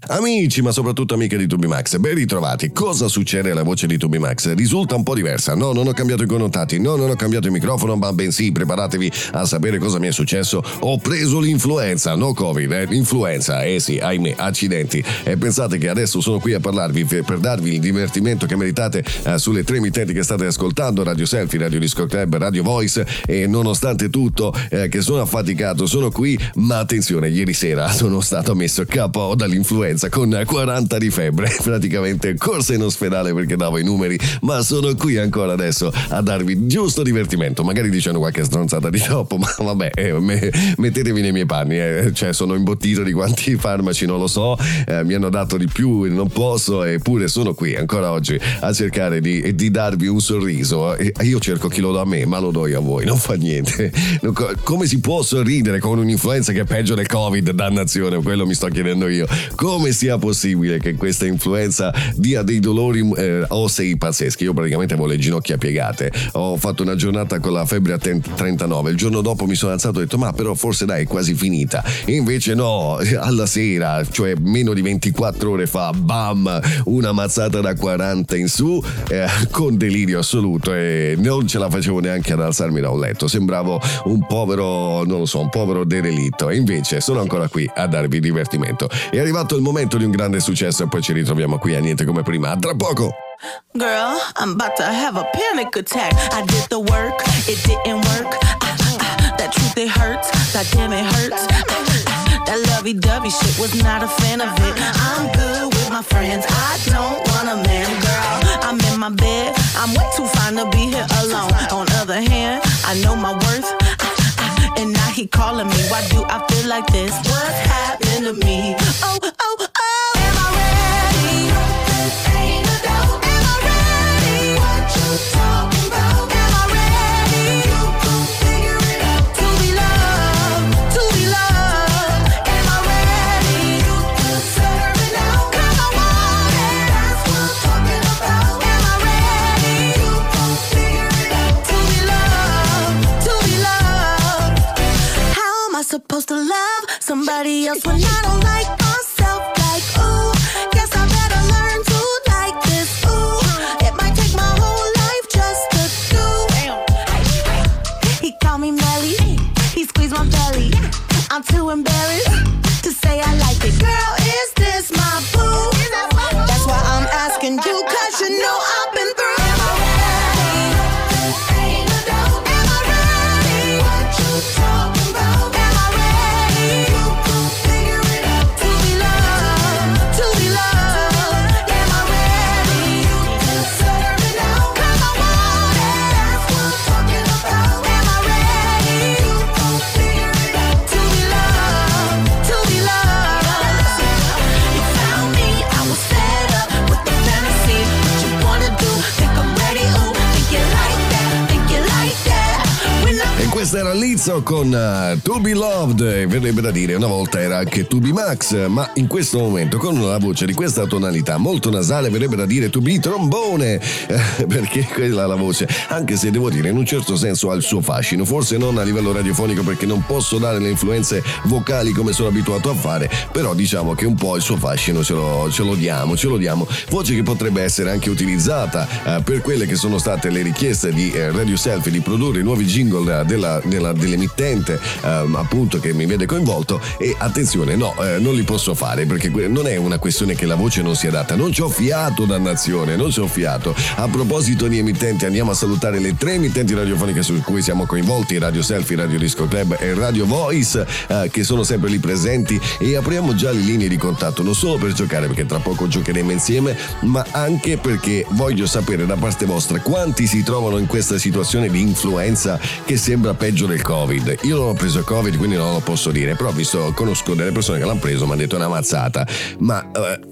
Amici, ma soprattutto amiche di TubiMax, ben ritrovati. Cosa succede alla voce di TubiMax? Risulta un po' diversa. No, non ho cambiato i connotati, no, non ho cambiato il microfono, ma bensì preparatevi a sapere cosa mi è successo. Ho preso l'influenza, no Covid, l'influenza, sì, ahimè, accidenti. E pensate che adesso sono qui a parlarvi per darvi il divertimento che meritate sulle tre emittenti che state ascoltando, Radio Selfie, Radio Disco Club, Radio Voice, e nonostante tutto che sono affaticato, sono qui, ma attenzione, ieri sera sono stato messo KO dall'influenza con 40 di febbre, praticamente corsa in ospedale perché davo i numeri, ma sono qui ancora adesso a darvi giusto divertimento, magari dicendo qualche stronzata di troppo, ma vabbè, mettetevi nei miei panni, cioè sono imbottito di quanti farmaci non lo so, mi hanno dato di più, non posso, eppure sono qui ancora oggi a cercare di darvi un sorriso. Io cerco chi lo dà a me, ma lo do io a voi, non fa niente. Come si può sorridere con un'influenza che è peggio del Covid, dannazione, quello mi sto chiedendo io. Come sia possibile che questa influenza dia dei dolori ossei pazzeschi? Io praticamente avevo le ginocchia piegate, ho fatto una giornata con la febbre a 39, il giorno dopo mi sono alzato e ho detto ma però forse dai è quasi finita, e invece no, alla sera, cioè meno di 24 ore fa, bam, una mazzata da 40 in su, con delirio assoluto, e non ce la facevo neanche ad alzarmi da un letto, sembravo un povero, non lo so, un povero derelitto, e invece sono ancora qui a darvi divertimento. È arrivato il momento di un grande successo e poi ci ritroviamo qui a niente come prima, a tra poco. Girl, I'm about to have a panic attack. I did the work, it didn't work. That truth, it hurts. God damn, it hurts. That lovey-dovey shit, was not a fan of it. I'm good with my friends, I don't want a man. Girl, I'm in my bed, I'm way too fine to be here alone. On the other hand, I know my worth. And now he calling me, why do I feel like this? What's happened to me? Oh, oh, oh. Am I ready? Ain't a doubt. Am I ready? What you talking about? Am I ready? You gon' figure it out. To be loved, to be loved. Am I ready? You deserve it now. 'Cause I want it. That's what I'm talking about. Am I ready? You gon' figure it out. To be loved, to be loved. How am I supposed to love somebody else when I don't like myself? Like, ooh, guess I better learn to like this. Ooh, it might take my whole life just to do. He called me Melly, he squeezed my belly. I'm too embarrassed to say I like it. Girl, is this my boo? That's why I'm asking you, 'cause you know I've been through. Am I ready? Ain't a doubt. Am I ready? What you talking about? Am I ready? You gon' figure it out. To be loved, to be loved. Am I ready? You deserve it now. 'Cause I want it. That's what I'm talking about. Am I ready? You gon' figure it out. To be loved, to be loved. You found me, I was fed up with the fantasy. What you wanna do? Think I'm ready? Ooh, think you like that? Think you like that? When I E questa era Lizzo con To Be Loved, e verrebbe da dire una volta era anche TubiMax, ma in questo momento con una voce di questa tonalità molto nasale verrebbe da dire To Be Trombone, perché quella è la voce, anche se devo dire in un certo senso ha il suo fascino, forse non a livello radiofonico perché non posso dare le influenze vocali come sono abituato a fare, però diciamo che un po' il suo fascino ce lo diamo, voce che potrebbe essere anche utilizzata per quelle che sono state le richieste di Radio Selfie di produrre nuovi jingle dell'emittente appunto che mi vede coinvolto, e attenzione, no, non li posso fare perché non è una questione che la voce non sia adatta, non c'ho fiato, dannazione, non c'ho fiato. A proposito di emittenti, andiamo a salutare le tre emittenti radiofoniche su cui siamo coinvolti: Radio Selfie, Radio Disco Club e Radio Voice, che sono sempre lì presenti, e apriamo già le linee di contatto, non solo per giocare perché tra poco giocheremo insieme, ma anche perché voglio sapere da parte vostra quanti si trovano in questa situazione di influenza che sembra peggio del Covid. Io non ho preso il Covid, quindi non lo posso dire, però conosco delle persone che l'hanno preso, mi hanno detto è una mazzata. Ma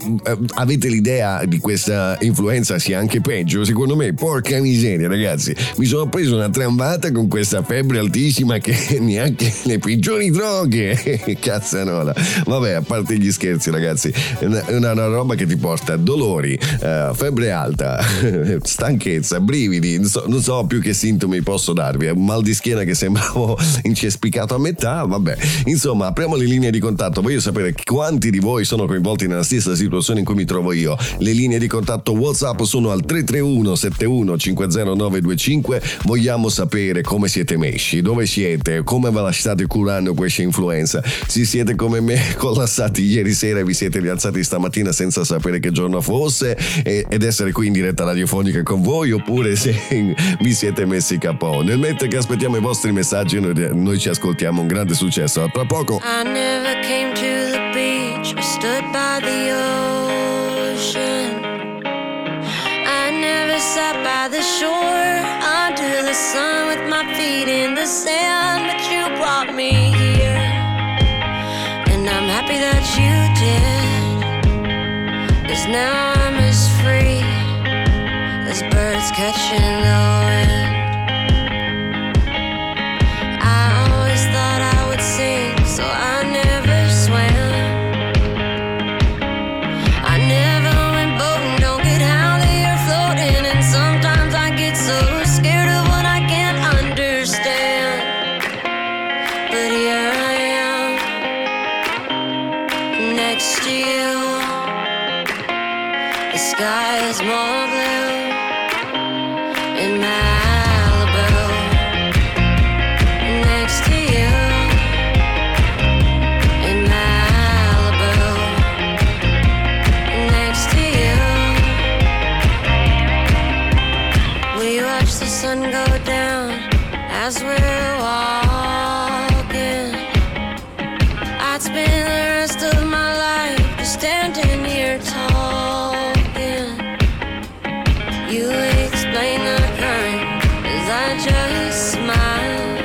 avete l'idea di questa influenza sia anche peggio? Secondo me, porca miseria ragazzi, mi sono preso una trambata con questa febbre altissima che neanche le peggiori droghe cazzanola. Vabbè, a parte gli scherzi ragazzi, è una roba che ti porta dolori, febbre alta, stanchezza, brividi, non so più che sintomi posso darvi, un mal di schiena che che sembravo incespicato a metà, vabbè. Insomma, apriamo le linee di contatto, voglio sapere quanti di voi sono coinvolti nella stessa situazione in cui mi trovo io. Le linee di contatto WhatsApp sono al 331 71 50925. Vogliamo sapere come siete messi, dove siete, come ve la state curando questa influenza. Se siete come me collassati ieri sera e vi siete rialzati stamattina senza sapere che giorno fosse ed essere qui in diretta radiofonica con voi, oppure se vi siete messi capo. Nel mentre che aspettiamo i vostri messaggi, noi ci ascoltiamo. Un grande successo, a tra poco. I never came to the beach, I stood by the ocean. I never sat by the shore under the sun with my feet in the sand, but you brought me here, and I'm happy that you did, 'cause now I'm as free as birds catching the wind. I always thought I would sing, so I never swam. I never went boating, don't get how you're floating, and sometimes I get so scared of what I can't understand. But here I am, next to you. The sky is more blue in Malibu, next to you in Malibu, next to you. We watch the sun go down as we're walking. I'd spend the rest of my life just standing here talking. You explain the current as I just smile,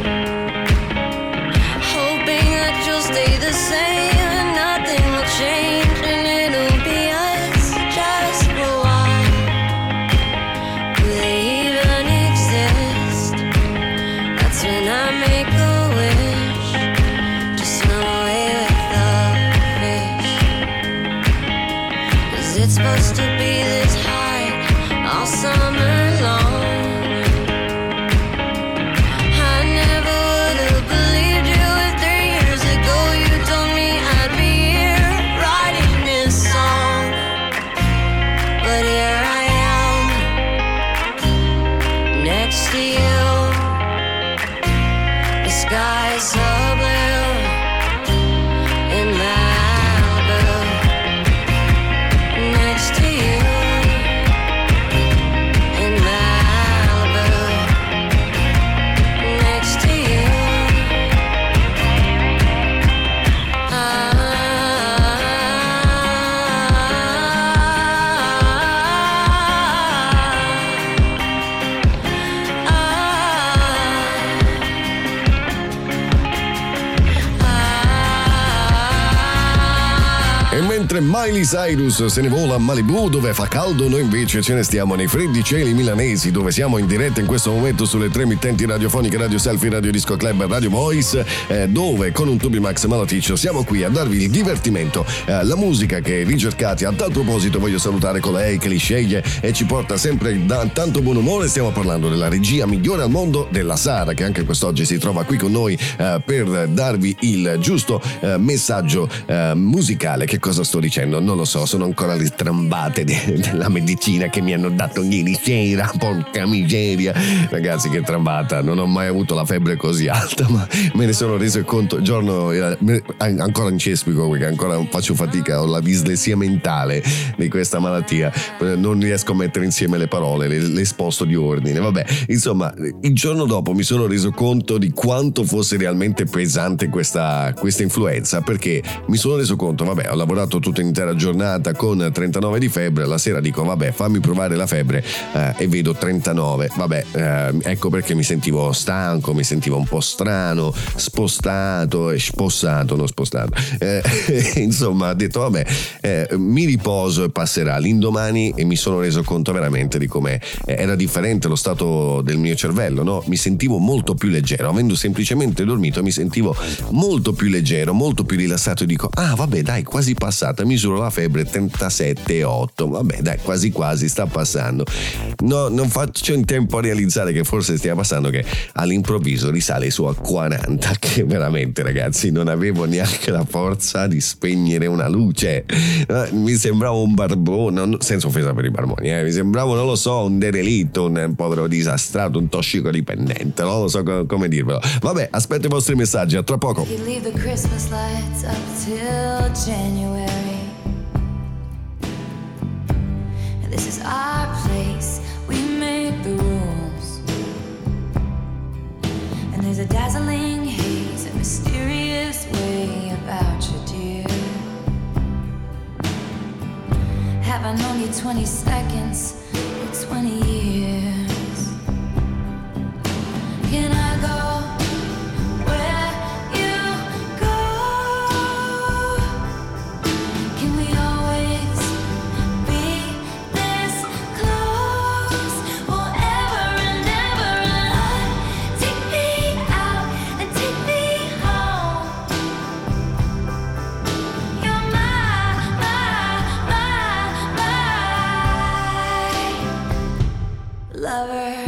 hoping that you'll stay the same and nothing will change, and it'll be us just for a while. Do they even exist? That's when I make a wish to swim away with the fish, 'cause it's supposed to be this high all summer long. I never would have believed you if 3 years ago you told me I'd be here writing this song. But here I am, next to you. The sky's so blue in Malibu, next to you in Malibu, next to you. E mentre Miley Cyrus se ne vola a Malibu dove fa caldo, noi invece ce ne stiamo nei freddi cieli milanesi, dove siamo in diretta in questo momento sulle 3 emittenti radiofoniche Radio Selfie, Radio Disco Club e Radio Voice, dove con un Tubimax malaticcio siamo qui a darvi il divertimento, la musica che ricercate. A tal proposito voglio salutare colei che li sceglie e ci porta sempre da tanto buon umore. Stiamo parlando della regia migliore al mondo, della Sara, che anche quest'oggi si trova qui con noi per darvi il giusto messaggio musicale. Che cosa sto dicendo? Non lo so, sono ancora le trambate della medicina che mi hanno dato ieri sera, porca miseria. Ragazzi, che trambata, non ho mai avuto la febbre così alta, ma me ne sono reso conto, il giorno era ancora in cespico perché ancora faccio fatica, ho la dislessia mentale di questa malattia, non riesco a mettere insieme le parole, le sposto di ordine, vabbè. Insomma, il giorno dopo mi sono reso conto di quanto fosse realmente pesante questa influenza, perché mi sono reso conto, vabbè, ho lavorato tutta l'intera giornata con 39 di febbre, la sera dico vabbè, fammi provare la febbre e vedo 39, vabbè, ecco perché mi sentivo stanco, mi sentivo un po' strano, spostato, insomma ho detto vabbè, mi riposo e passerà. L'indomani e mi sono reso conto veramente di come era differente lo stato del mio cervello, no? Mi sentivo molto più leggero, avendo semplicemente dormito mi sentivo molto più leggero, molto più rilassato, e dico vabbè dai, quasi passata. misuro la febbre 37,8. Vabbè, dai, quasi quasi sta passando. No, non faccio in tempo a realizzare che forse stia passando, che all'improvviso risale su a 40, che veramente, ragazzi, non avevo neanche la forza di spegnere una luce. Mi sembrava un barbone, senza offesa per i barboni, mi sembrava, non lo so, un derelitto, un povero disastrato, un tossicodipendente, non lo so come dirvelo. Vabbè, aspetto i vostri messaggi, a tra poco. You leave the Christmas lights up till January. And this is our place, we make the rules. And there's a dazzling haze, a mysterious way about you, dear. Have I known you 20 seconds or 20 years? Can I go where you go? Can we always be this close forever and ever? And take me out and take me home. You're my lover.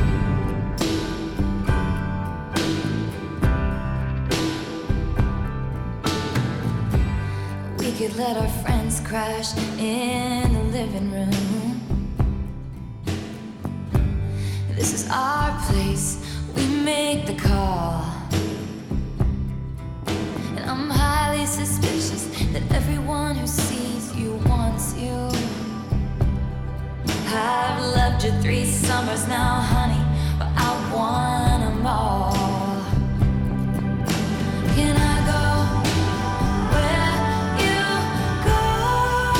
We could let our friends crash in the living room. This is our place, we make the call. And I'm highly suspicious that everyone who sees you wants you. I've loved you 3 summers now, honey, but I want them all. Can I go where you go?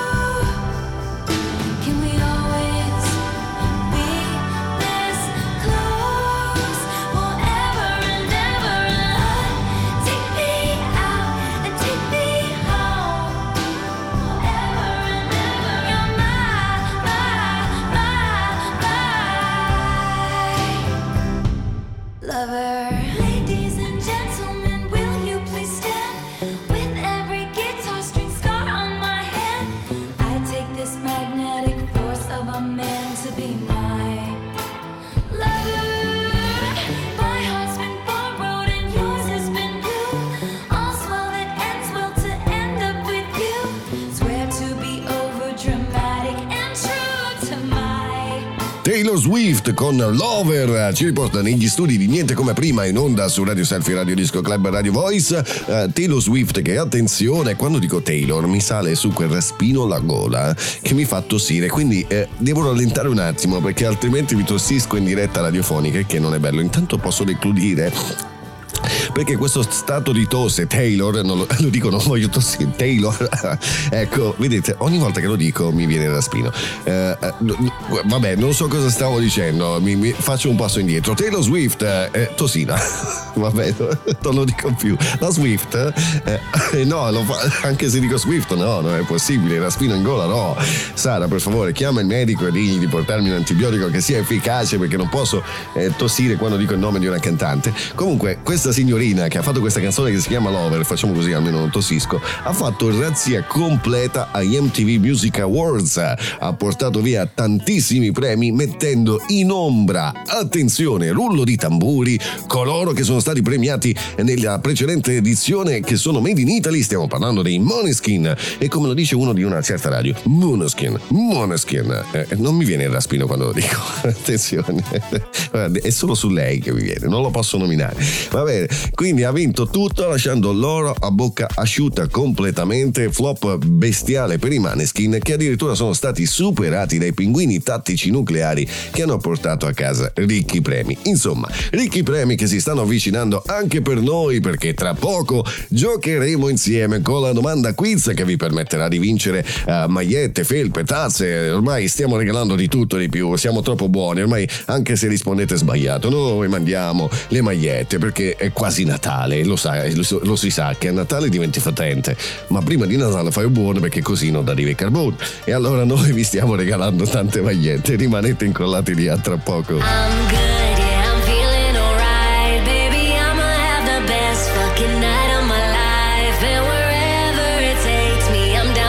Can we always be this close forever and ever? And take me out and take me home forever and ever. You're my lover. Ladies and gentlemen, will you please stand? With every guitar string scar on my hand, I take this magnetic force of a man to be my lover. My heart's been borrowed and yours has been blue. All's well that ends well to end up with you. Swear to be over dramatic and true to my Taylor Swift con Lover ci riporta negli studi di Niente Come Prima, in onda su Radio Selfie, Radio Disco Club, Radio Voice. Taylor Swift, che attenzione, quando dico Taylor mi sale su quel raspino la gola che mi fa tossire, quindi devo rallentare un attimo perché altrimenti mi tossisco in diretta radiofonica, che non è bello. Intanto posso decludire, perché questo stato di tosse, Taylor, lo dico, non voglio tossire, Taylor, ecco, vedete, ogni volta che lo dico mi viene da spino. Vabbè, non so cosa stavo dicendo, mi faccio un passo indietro. Taylor Swift, tossina, vabbè, non lo dico più. La Swift, no, anche se dico Swift, no, non è possibile, la spina in gola, no. Sara, per favore, chiama il medico e digli di portarmi un antibiotico che sia efficace, perché non posso tossire quando dico il nome di una cantante. Comunque, questa signorina che ha fatto questa canzone che si chiama Lover, facciamo così almeno non tossisco, ha fatto razzia completa agli MTV Music Awards, ha portato via tantissimi premi mettendo in ombra, attenzione, rullo di tamburi, coloro che sono stati premiati nella precedente edizione, che sono Made in Italy. Stiamo parlando dei Måneskin, e come lo dice uno di una certa radio, Måneskin, non mi viene il raspino quando lo dico, attenzione, è solo su lei che mi viene, non lo posso nominare. Va bene, quindi ha vinto tutto lasciando loro a bocca asciutta completamente. Flop bestiale per i Måneskin, che addirittura sono stati superati dai Pinguini Tattici Nucleari, che hanno portato a casa ricchi premi. Insomma, ricchi premi che si stanno avvicinando anche per noi, perché tra poco giocheremo insieme con la domanda quiz che vi permetterà di vincere magliette, felpe, tazze. Ormai stiamo regalando di tutto di più, siamo troppo buoni ormai, anche se rispondete sbagliato. Noi mandiamo le magliette perché è quasi Natale, lo si sa che a Natale diventi fatente, ma prima di Natale fai buono, perché così non arriva il carbone. E allora noi vi stiamo regalando tante magliette, rimanete incollati lì, a tra poco. I'm good, yeah, I'm feeling alright, baby, I'ma have the best fucking night of my life, and wherever it takes me, I'm down.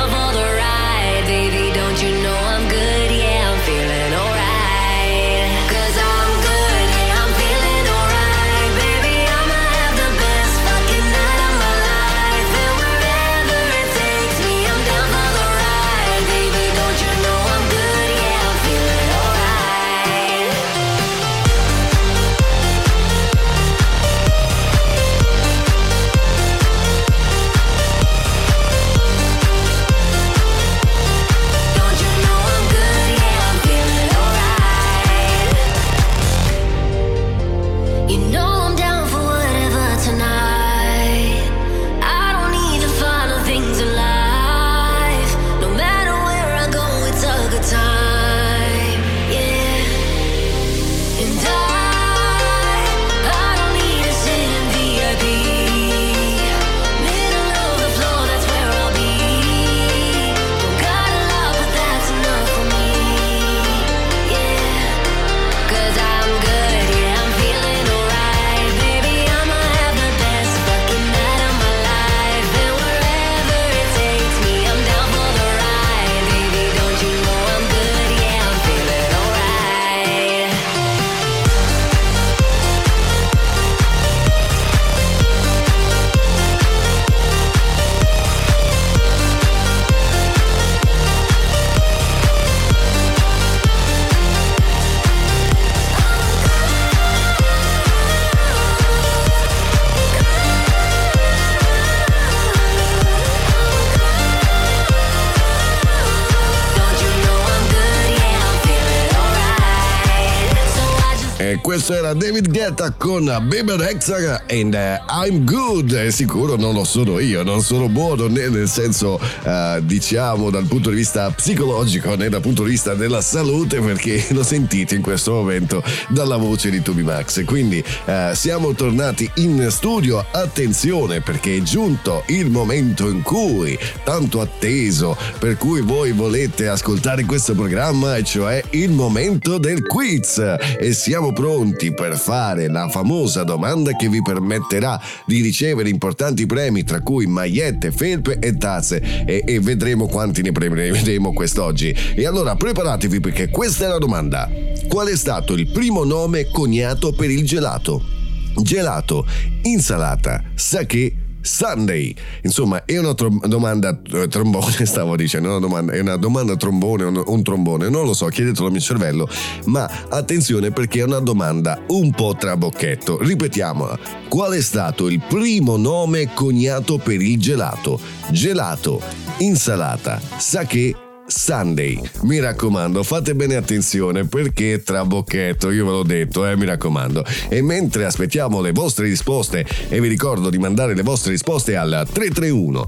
questo era David Guetta con Bebe Rexha and I'm Good. Sicuro non lo sono io, non sono buono né nel senso diciamo dal punto di vista psicologico né dal punto di vista della salute, perché lo sentite in questo momento dalla voce di TubiMax. Quindi siamo tornati in studio. Attenzione, perché è giunto il momento in cui tanto atteso, per cui voi volete ascoltare questo programma, e cioè il momento del quiz, e siamo pronti per fare la famosa domanda che vi permetterà di ricevere importanti premi, tra cui magliette, felpe e tazze, e vedremo quanti ne prenderemo quest'oggi. E allora preparatevi, perché questa è la domanda: qual è stato il primo nome coniato per il gelato? Gelato, insalata, sake, Sunday. Insomma, è una domanda trombone, stavo dicendo, è una domanda trombone, un trombone, non lo so, chiedetelo al mio cervello, ma attenzione, perché è una domanda un po' trabocchetto. Ripetiamola: qual è stato il primo nome coniato per il gelato? Gelato, insalata, sake, Sunday. Mi raccomando, fate bene attenzione, perché è trabocchetto, io ve l'ho detto, mi raccomando. E mentre aspettiamo le vostre risposte, e vi ricordo di mandare le vostre risposte al 331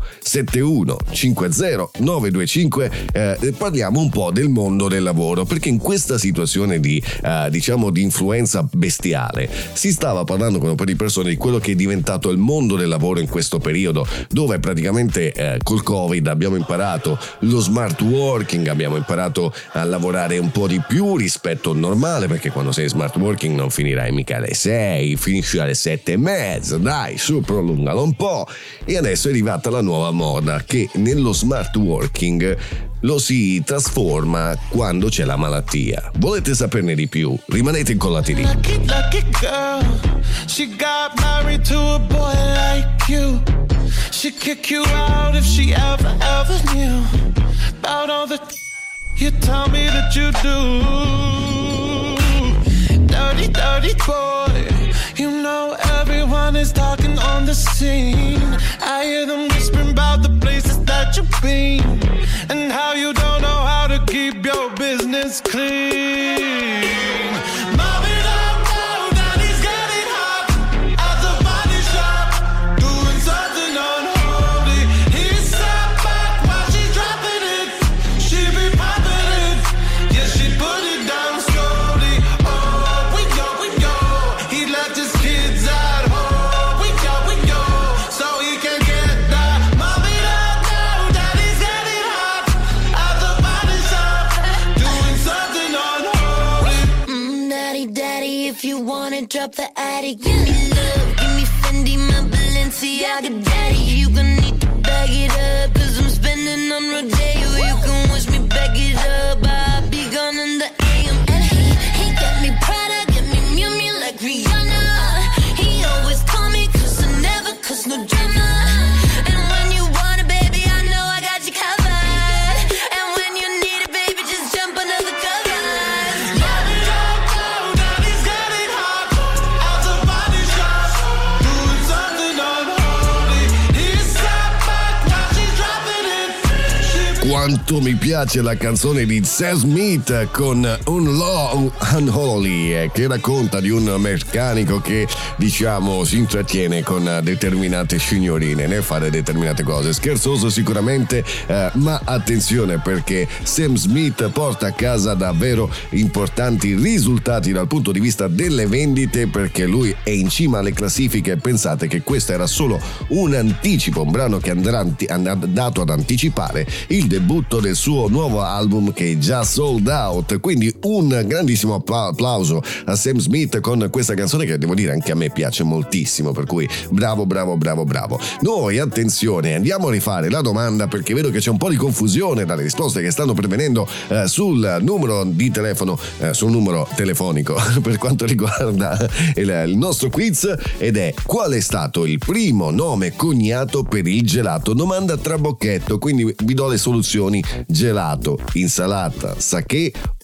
71 50 925, parliamo un po' del mondo del lavoro, perché in questa situazione di diciamo di influenza bestiale si stava parlando con un po' di persone di quello che è diventato il mondo del lavoro in questo periodo, dove praticamente col Covid abbiamo imparato lo smart working, abbiamo imparato a lavorare un po' di più rispetto al normale, perché quando sei smart working non finirai mica alle 6, finisci alle 7:30, dai, su, prolungalo un po'. E adesso è arrivata la nuova moda, che nello smart working lo si trasforma quando c'è la malattia. Volete saperne di più? Rimanete incollati lì. Lucky, lucky girl, she got married to a boy like you. She'd kick you out if she ever knew about all the you tell me that you do. Dirty, dirty boy, you know everyone is talking on the scene. I hear them whispering about the places that you've been, and how you don't know how to keep your business clean. Mommy, don't know that he's getting hot at the body shop, doing something unholy. He sat back while she's dropping it. She be popping it, yeah, she put it down slowly. Oh, we go. He left his kids at home. We go, so he can get that. Mommy, don't know that he's getting hot at the body shop, doing something unholy. Daddy, if you wanna drop the attic, give me love, give me Fendi, my Balenciaga daddy. You gon' need to bag it up, 'cause I'm spending on Rodeo. You can wish me back it up, I'll be gone in the AM. And he got me Prada, got me Miu Miu like Rihanna. He always call me 'cause I never cause no drama. And when you want it, baby, I know I got you covered. And when you need it, baby, just jump under the covers. Mommy, don't know that he's getting hot at the body shop, doing something unholy. He sat back while she's dropping it. Quanto mi piace la canzone di Sam Smith con Unholy, che racconta di un meccanico che, diciamo, si intrattiene con determinate signorine nel fare determinate cose. Scherzoso sicuramente, ma attenzione, perché Sam Smith porta a casa davvero importanti risultati dal punto di vista delle vendite, perché lui è in cima alle classifiche. Pensate che questo era solo un anticipo, un brano che andrà dato ad anticipare il debutto del suo nuovo album, che è già sold out. Quindi un grandissimo applauso a Sam Smith con questa canzone, che devo dire anche a me piace moltissimo, per cui bravo. Noi, attenzione, andiamo a rifare la domanda, perché vedo che c'è un po' di confusione dalle risposte che stanno pervenendo sul numero di telefono, sul numero telefonico per quanto riguarda il nostro quiz, ed è: qual è stato il primo nome coniato per il gelato? Domanda trabocchetto, quindi vi do le soluzioni: gelato, insalata, sake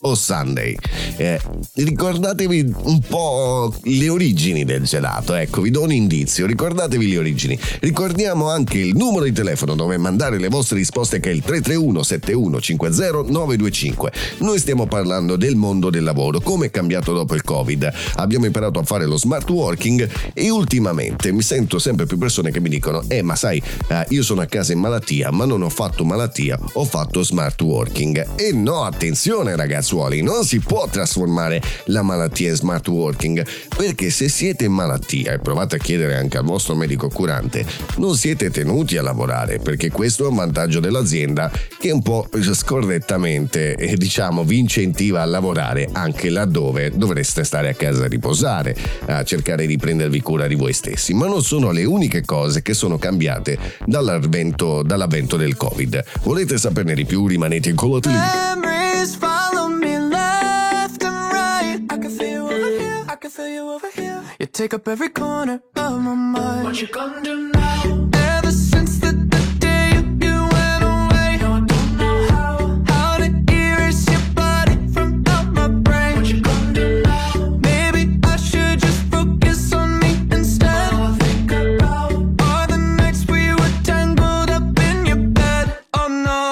o Sunday? Ricordatevi un po' le origini del gelato, ecco, vi do un indizio, ricordatevi le origini. Ricordiamo anche il numero di telefono dove mandare le vostre risposte, che è il 331 7150 925. Noi stiamo parlando del mondo del lavoro, come è cambiato dopo il Covid. Abbiamo imparato a fare lo smart working e ultimamente mi sento sempre più persone che mi dicono ma sai, io sono a casa in malattia, ma non ho fatto malattia, ho fatto smart working. E no, attenzione ragazzuoli, non si può trasformare la malattia in smart working, perché se siete in malattia, e provate a chiedere anche al vostro medico curante, non siete tenuti a lavorare, perché questo è un vantaggio dell'azienda che un po' scorrettamente vi incentiva a lavorare anche laddove dovreste stare a casa a riposare, a cercare di prendervi cura di voi stessi. Ma non sono le uniche cose che sono cambiate dall'avvento del Covid. Volete saperne di più? Rimanete incollati lì. Memories follow me left and right. I can feel you over here, I can feel you over here. You take up every corner of my mind. What you gonna do now? Ever since the day you went away, no, I don't know how to erase your body from out my brain. What you gonna do now? Maybe I should just focus on me instead. All I think about are the nights we were tangled up in your bed. Oh no.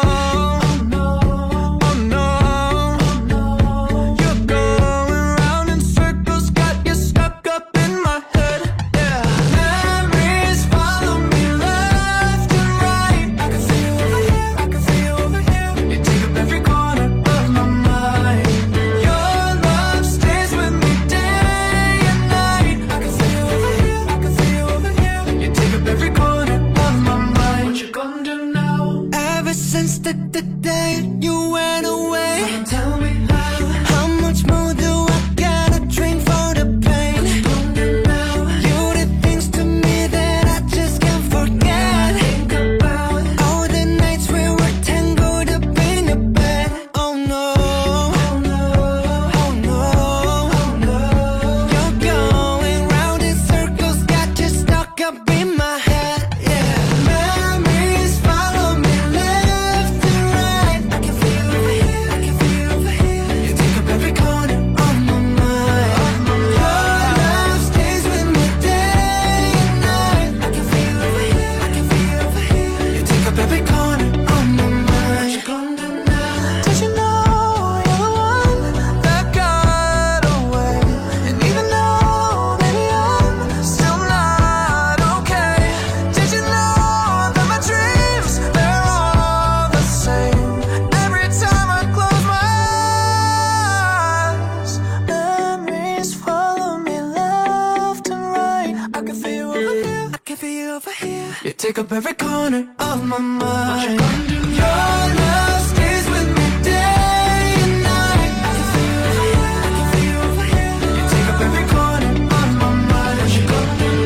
Take up every corner of my mind. Your love stays with me day and night. I can feel you over here, I can feel you over here. You take up every corner of my mind. What you gonna do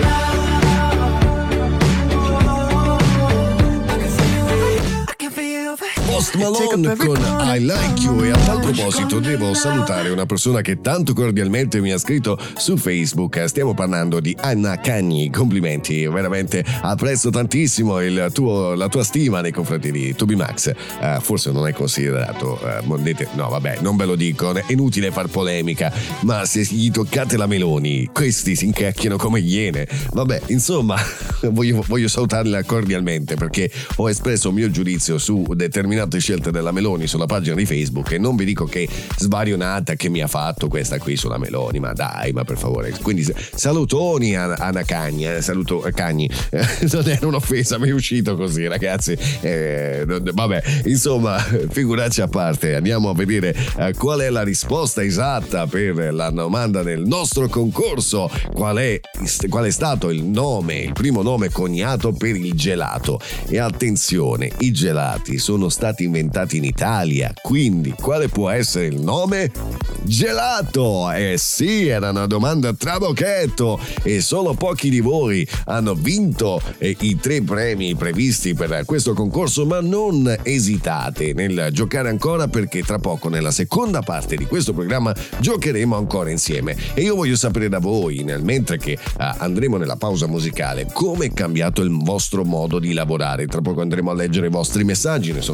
now? I can feel you over here, I can feel you over here. Post Malone con I Like You. E a tal proposito devo salutare una persona che tanto cordialmente mi ha scritto su Facebook. Stiamo parlando di Anna Cagni. Complimenti, veramente apprezzo tantissimo la tua stima nei confronti di Toby Max. Forse non è considerato no vabbè, non ve lo dico, è inutile far polemica, ma se gli toccate la Meloni questi si incacchiano come iene. Vabbè, insomma, voglio salutarla cordialmente perché ho espresso il mio giudizio su determinate scelte della Meloni sulla pagina di Facebook e non vi dico che svarionata che mi ha fatto questa qui sulla Meloni, ma dai, ma per favore. Quindi salutoni Anna Cagni, saluto Cagni, non era un'offesa, mi è uscito così ragazzi, vabbè, insomma, figuracci a parte, andiamo a vedere qual è la risposta esatta per la domanda del nostro concorso. Qual è stato il primo nome coniato per il gelato? E attenzione, i gelati sono stati inventati in Italia, quindi quale può essere il nome? Gelato! Sì, era una domanda trabocchetto e solo pochi di voi hanno vinto i 3 premi previsti per questo concorso, ma non esitate nel giocare ancora perché tra poco nella seconda parte di questo programma giocheremo ancora insieme e io voglio sapere da voi, mentre che andremo nella pausa musicale, come è cambiato il vostro modo di lavorare. Tra poco andremo a leggere i vostri messaggi, ne sono arrivati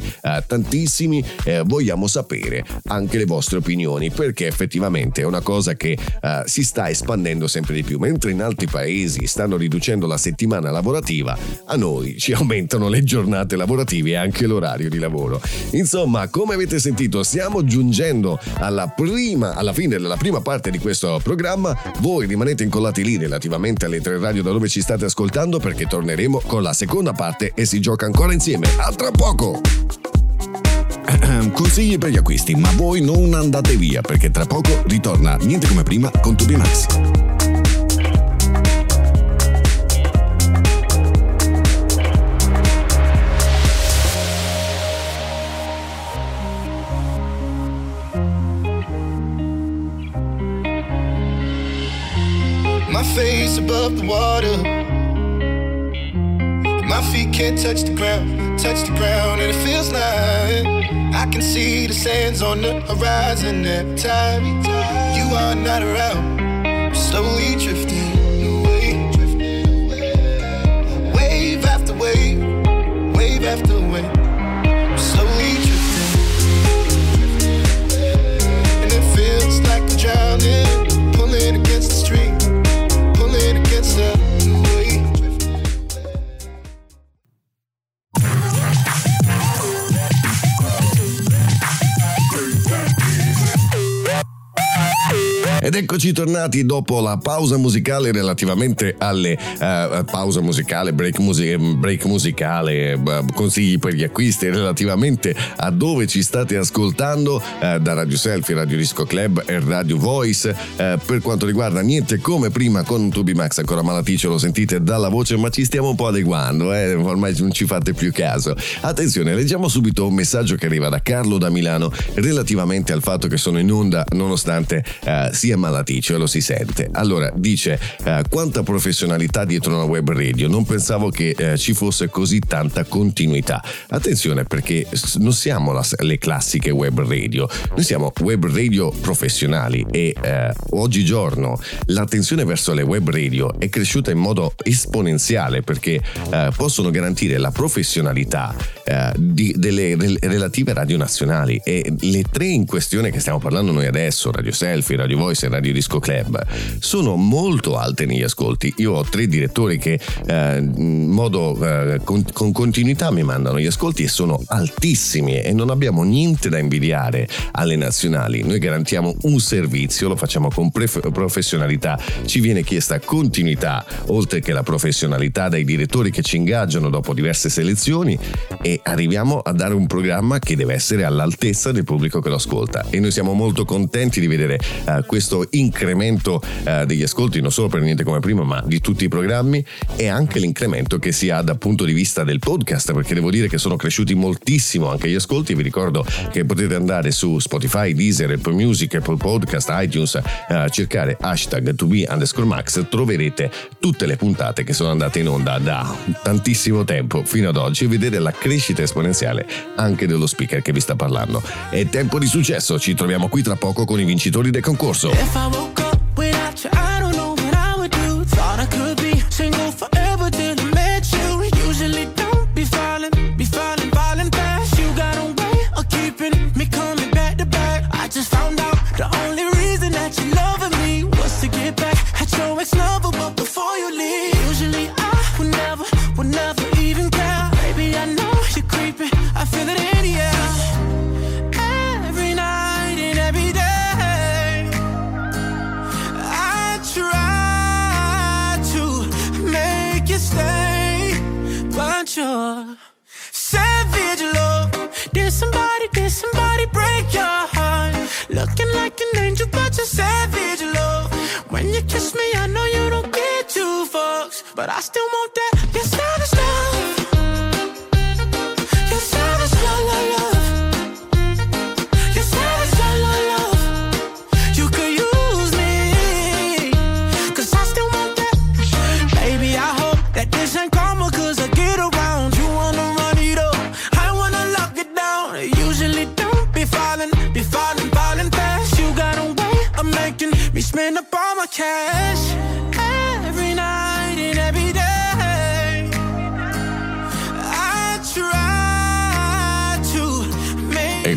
tantissimi, vogliamo sapere anche le vostre opinioni, perché effettivamente è una cosa che si sta espandendo sempre di più. Mentre in altri paesi stanno riducendo la settimana lavorativa, a noi ci aumentano le giornate lavorative e anche l'orario di lavoro. Insomma, come avete sentito, stiamo giungendo alla fine della prima parte di questo programma. Voi rimanete incollati lì relativamente alle 3 radio da dove ci state ascoltando, perché torneremo con la seconda parte e si gioca ancora insieme. A tra poco! Consigli per gli acquisti, ma voi non andate via, perché tra poco ritorna Niente Come Prima con Tubi Max. My face above the water, my feet can't touch the ground, and it feels like I can see the sands on the horizon every time you are not around. I'm slowly drifting away, wave after wave, wave after wave. I'm slowly drifting, and it feels like I'm drowning, pulling against the stream, pulling against the wave. Ed eccoci tornati dopo la pausa musicale relativamente alle break musicale, consigli per gli acquisti relativamente a dove ci state ascoltando da Radio Selfie, Radio Disco Club e Radio Voice. Per quanto riguarda Niente Come Prima con Tubi Max, ancora malaticcio, lo sentite dalla voce, ma ci stiamo un po' adeguando, ormai non ci fate più caso. Attenzione, leggiamo subito un messaggio che arriva da Carlo da Milano relativamente al fatto che sono in onda nonostante sia malaticcio, lo si sente. Allora dice: quanta professionalità dietro una web radio, non pensavo che ci fosse così tanta continuità. Attenzione, perché non siamo le classiche web radio, noi siamo web radio professionali e oggigiorno l'attenzione verso le web radio è cresciuta in modo esponenziale, perché possono garantire la professionalità delle relative radio nazionali, e le 3 in questione che stiamo parlando noi adesso, Radio Selfie, Radio Voice e Radio Disco Club, sono molto alte negli ascolti. Io ho 3 direttori che in modo con continuità mi mandano gli ascolti e sono altissimi, e non abbiamo niente da invidiare alle nazionali. Noi garantiamo un servizio, lo facciamo con professionalità, ci viene chiesta continuità oltre che la professionalità dai direttori che ci ingaggiano dopo diverse selezioni, e arriviamo a dare un programma che deve essere all'altezza del pubblico che lo ascolta, e noi siamo molto contenti di vedere questo incremento degli ascolti, non solo per Niente Come Prima ma di tutti i programmi, e anche l'incremento che si ha dal punto di vista del podcast, perché devo dire che sono cresciuti moltissimo anche gli ascolti. Vi ricordo che potete andare su Spotify, Deezer, Apple Music, Apple Podcast, iTunes, cercare #2B_Max, troverete tutte le puntate che sono andate in onda da tantissimo tempo fino ad oggi, e vedere la crescita esponenziale anche dello speaker che vi sta parlando. È tempo di successo, ci troviamo qui tra poco con i vincitori del concorso. If I woke up without you, I don't know what I would do. Thought I could be single forever till I met you. Usually don't be falling fast. You got a way of keeping me coming back to back. I just found out the only reason that you loving me was to get back at your ex-lover, but before you leave, usually I would never even care. Baby, I know you're creeping, I feel it in the air. Every night and every day I try to make you stay, but you're savage love. Did somebody break your heart? Looking like an angel, but you're savage love. When you kiss me, I know you don't get 2 fucks, but I still want that. You're savage love. You're savage love, love, love. You're savage love, love, love. You could use me, 'cause I still want that. Baby, I hope that this ain't karma, 'cause I get around. You wanna run it up, I wanna lock it down. Usually don't be falling fast. You got a way of making me spend up all my cash. Every night and every day I try to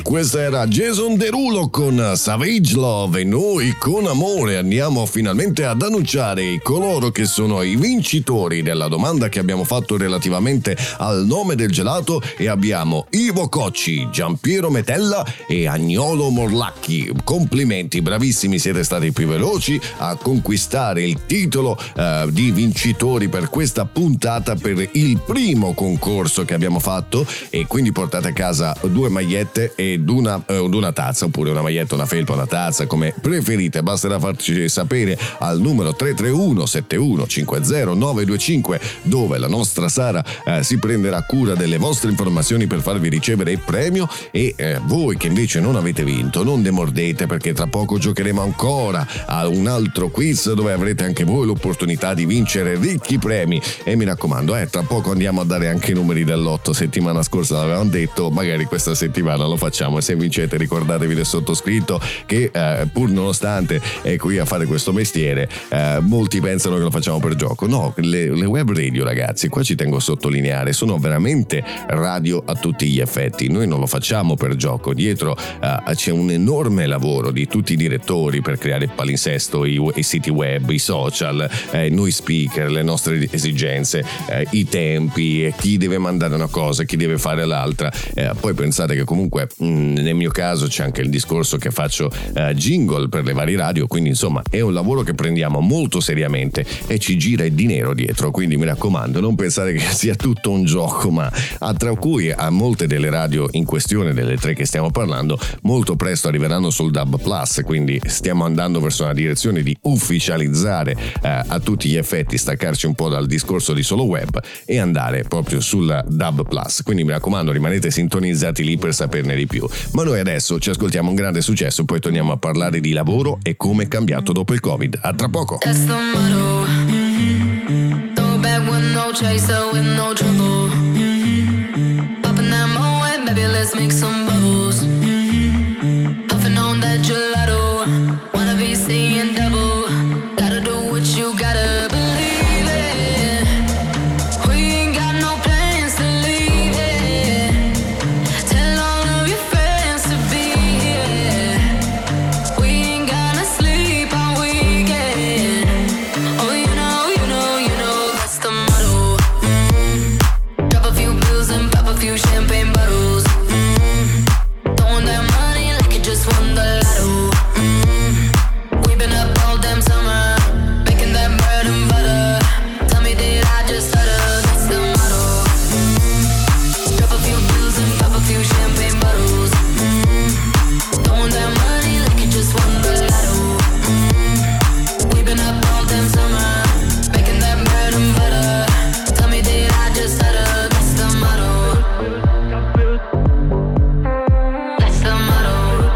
Questa era Jason Derulo con Savage Love e noi con amore andiamo finalmente ad annunciare coloro che sono i vincitori della domanda che abbiamo fatto relativamente al nome del gelato e abbiamo Ivo Cocci, Giampiero Metella e Agnolo Morlacchi. Complimenti, bravissimi, siete stati i più veloci a conquistare il titolo di vincitori per questa puntata, per il primo concorso che abbiamo fatto, e quindi portate a casa 2 magliette ed una tazza, oppure una maglietta, una felpa, una tazza, come preferite. Basterà farci sapere al numero 331 71 50 925, dove la nostra Sara si prenderà cura delle vostre informazioni per farvi ricevere il premio. E voi che invece non avete vinto, non demordete, perché tra poco giocheremo ancora a un altro quiz dove avrete anche voi l'opportunità di vincere ricchi premi. E mi raccomando, tra poco andiamo a dare anche i numeri dell'otto. Settimana scorsa l'avevamo detto, magari questa settimana lo facciamo. E se vincete ricordatevi del sottoscritto che pur nonostante è qui a fare questo mestiere, molti pensano che lo facciamo per gioco. No, le web radio, ragazzi, qua ci tengo a sottolineare, sono veramente radio a tutti gli effetti. Noi non lo facciamo per gioco, dietro c'è un enorme lavoro di tutti i direttori per creare il palinsesto, i siti web, i social, noi speaker, le nostre esigenze, i tempi, chi deve mandare una cosa, chi deve fare l'altra. Poi pensate che comunque nel mio caso c'è anche il discorso che faccio jingle per le varie radio, quindi insomma è un lavoro che prendiamo molto seriamente e ci gira il dinero dietro, quindi mi raccomando, non pensate che sia tutto un gioco, ma tra cui a molte delle radio in questione, delle 3 che stiamo parlando, molto presto arriveranno sul DAB+, quindi stiamo andando verso una direzione di ufficializzare a tutti gli effetti, staccarci un po' dal discorso di solo web e andare proprio sul DAB+, quindi mi raccomando, rimanete sintonizzati lì per saperne di più. Ma noi adesso ci ascoltiamo un grande successo, poi torniamo a parlare di lavoro e come è cambiato dopo il Covid. A tra poco. That's the motto. Throw back with no chaser, with no trouble. Popping that Moet, baby, let's make some bubbles. Puffing on that gelato, wanna be seeing double. Gotta do what you gotta believe it. We ain't got no plans to leave it. Tell all of your friends to be here. We ain't gonna sleep all weekend. Oh, you know, that's the motto. Drop a few bills and pop a few champagne bottles. Throwing that money like you just won the lotto. We've been up all damn summer, making that bread and butter. Tell me, did I just stutter? That's the motto. Drop a few bills and pop a few champagne bottles. Throwing that money like you just won the lotto. We've been up all damn summer, making that bread and butter. Tell me, did I just stutter? That's the motto. That's the motto.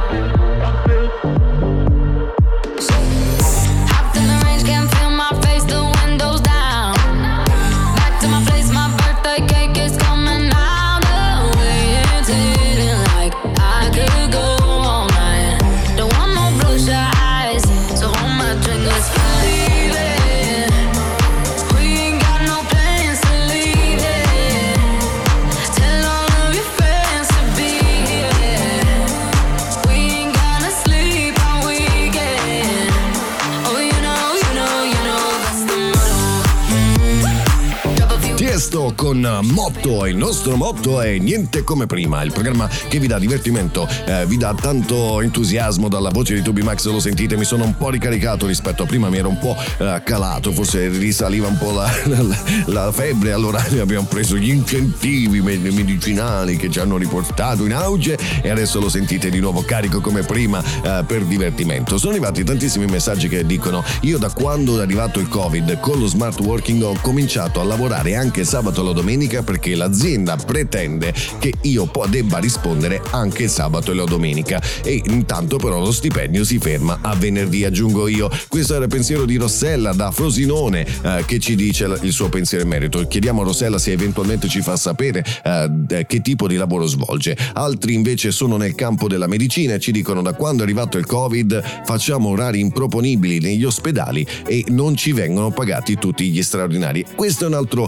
Hopped in the range, can't feel my face, the windows down. Back to my place, my birthday cake is coming out. The way it's hitting, like I could go all night. Don't want no bloodshot eyes, so hold my drink, let's believe it. We ain't got no plans to leave it. Tell all of your friends to be here. We ain't gonna sleep all weekend. Oh, you know, that's the motto. Drop a few Tiesto con Motto, e il nostro motto è niente come prima, il programma che vi dà divertimento, vi dà tanto entusiasmo. Dalla voce di Tubi Max lo sentite, mi sono un po' ricaricato rispetto a prima, mi ero un po' calato, forse risaliva un po' la febbre, allora abbiamo preso gli incentivi medicinali che ci hanno riportato in auge e adesso lo sentite di nuovo carico come prima per divertimento. Sono arrivati tantissimi messaggi che dicono: io da quando è arrivato il Covid con lo smart working ho cominciato a lavorare anche sabato e la domenica perché l'azienda pretende che io debba rispondere anche il sabato e la domenica, e intanto però lo stipendio si ferma a venerdì, aggiungo io. Questo era il pensiero di Rossella da Frosinone che ci dice il suo pensiero in merito. Chiediamo a Rossella se eventualmente ci fa sapere che tipo di lavoro svolge. Altri invece sono nel campo della medicina e ci dicono: da quando è arrivato il Covid facciamo orari improponibili negli ospedali e non ci vengono pagati tutti gli straordinari. Questo è un altro esempio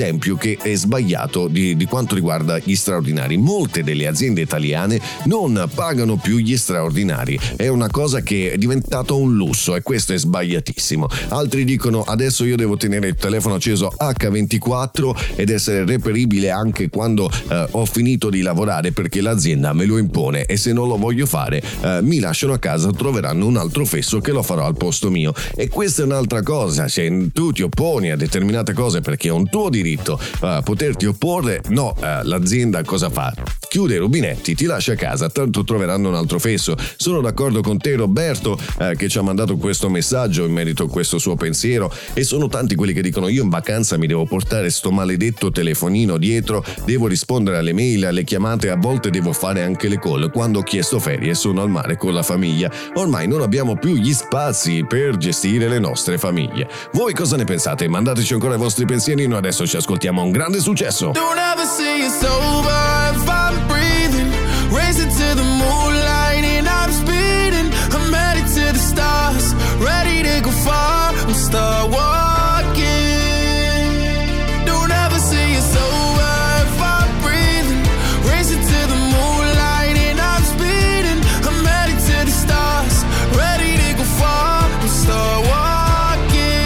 esempio che è sbagliato di quanto riguarda gli straordinari. Molte delle aziende italiane non pagano più gli straordinari, è una cosa che è diventato un lusso e questo è sbagliatissimo. Altri dicono adesso io devo tenere il telefono acceso H24 ed essere reperibile anche quando ho finito di lavorare perché l'azienda me lo impone e se non lo voglio fare mi lasciano a casa, troveranno un altro fesso che lo farò al posto mio. E questa è un'altra cosa, se tu ti opponi a determinate cose perché è un tuo diritto poterti opporre, no, l'azienda cosa fa? Chiude i rubinetti, ti lascia a casa, tanto troveranno un altro fesso. Sono d'accordo con te Roberto che ci ha mandato questo messaggio in merito a questo suo pensiero, e sono tanti quelli che dicono io in vacanza mi devo portare sto maledetto telefonino dietro, devo rispondere alle mail, alle chiamate, a volte devo fare anche le call, quando ho chiesto ferie sono al mare con la famiglia. Ormai non abbiamo più gli spazi per gestire le nostre famiglie. Voi cosa ne pensate? Mandateci ancora i vostri pensieri, noi adesso ci ascoltiamo un grande successo. Don't ever say it's over if I'm breathing. Racing to the moonlight and I'm speeding. I'm headed to the stars, ready to go far. I'm start walking. Don't ever say it's over if I'm breathing. Racing to the moonlight and I'm speeding. I'm headed to the stars, ready to go far. I'm start walking.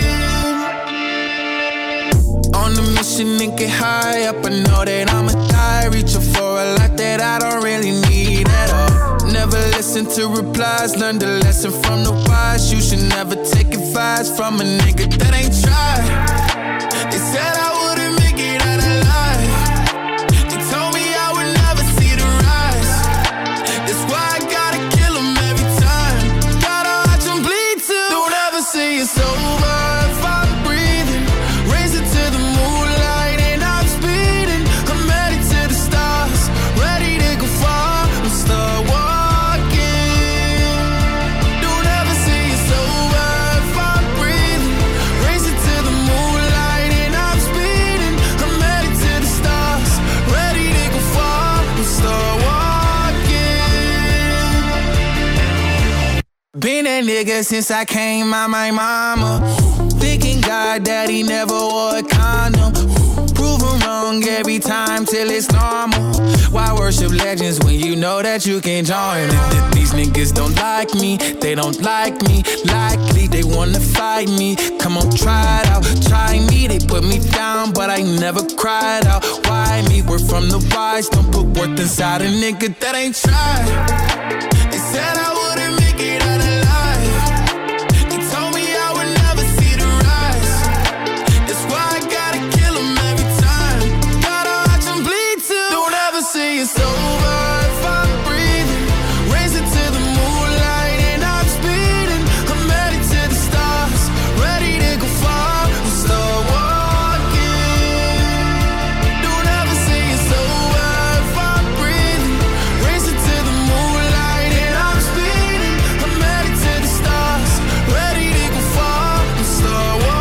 On a mission and get high up, I know that I'ma die. Reaching for a lot that I don't really need at all. Never listen to replies, learn the lesson from the wise. You should never take advice from a nigga that ain't tried. They said I wouldn't make it out alive. They told me I would never see the rise. That's why I gotta kill them every time. Gotta watch them bleed too. Don't ever say it's over if I'm breathing. Racing to the moonlight and I'm speeding. I'm headed to the stars, ready to go far. I'm start walking. Don't ever say it's over if I'm breathing. Racing to the moonlight and I'm speeding. I'm headed to the stars, ready to go far. I'm start walking. Been that nigga since I came out my mama. Thinking God that he never wore a condom. Proven wrong every time till it's normal. Why worship legends when you know that you can join them? These niggas don't like me, they don't like me. Likely they wanna fight me. Come on, try it out, try me. They put me down, but I never cried out. Why me? We're from the wise. Don't put worth inside a nigga that ain't tried. They said I wouldn't make it out alive. They told me I would never see the rise. That's why I gotta kill them every time. Gotta watch them bleed too. Don't ever say it's over if I'm breathing. Racing to the moonlight and I'm speeding. I'm headed to the stars, ready to go far. I'm start walking. Don't ever say it's over if I'm breathing. Racing to the moonlight and I'm speeding. I'm headed to the stars, ready to go far. I'm start walking.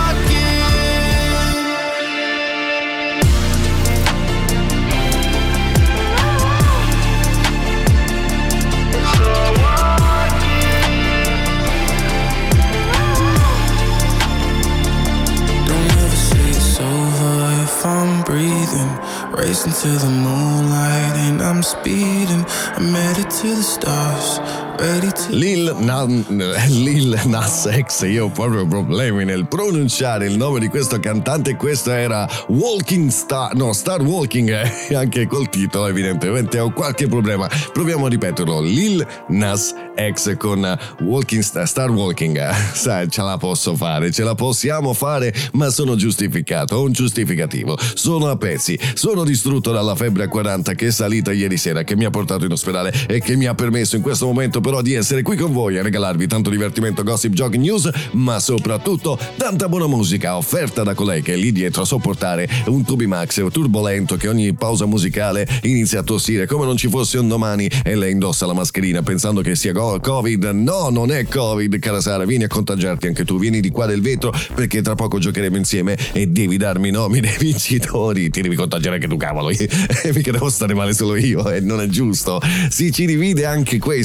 Don't ever say it's over if I'm breathing. Racing to the moonlight and I'm speeding. I'm headed to the stars, ready to... Lil Nas X, io ho proprio problemi nel pronunciare il nome di questo cantante. Questo era Star Walking, anche col titolo evidentemente ho qualche problema. Proviamo a ripeterlo, Lil Nas X con Star Walking. Sai, ce la posso fare, ce la possiamo fare, ma sono giustificato, ho un giustificativo. Sono a pezzi, sono distrutto dalla febbre a 40 che è salita ieri sera, che mi ha portato in ospedale e che mi ha permesso in questo momento però di essere qui con voi a regalarvi tanto divertimento, gossip, giochi, news, ma soprattutto tanta buona musica offerta da colei che è lì dietro a sopportare un Tubimax turbolento che ogni pausa musicale inizia a tossire come non ci fosse un domani e lei indossa la mascherina pensando che sia Covid. No, non è Covid, cara Sara, vieni a contagiarti anche tu, vieni di qua del vetro perché tra poco giocheremo insieme e devi darmi i nomi dei vincitori. Ti devi contagiare anche tu, cavolo, mica devo stare male solo io e non è giusto. Sì, ci divide anche questo, non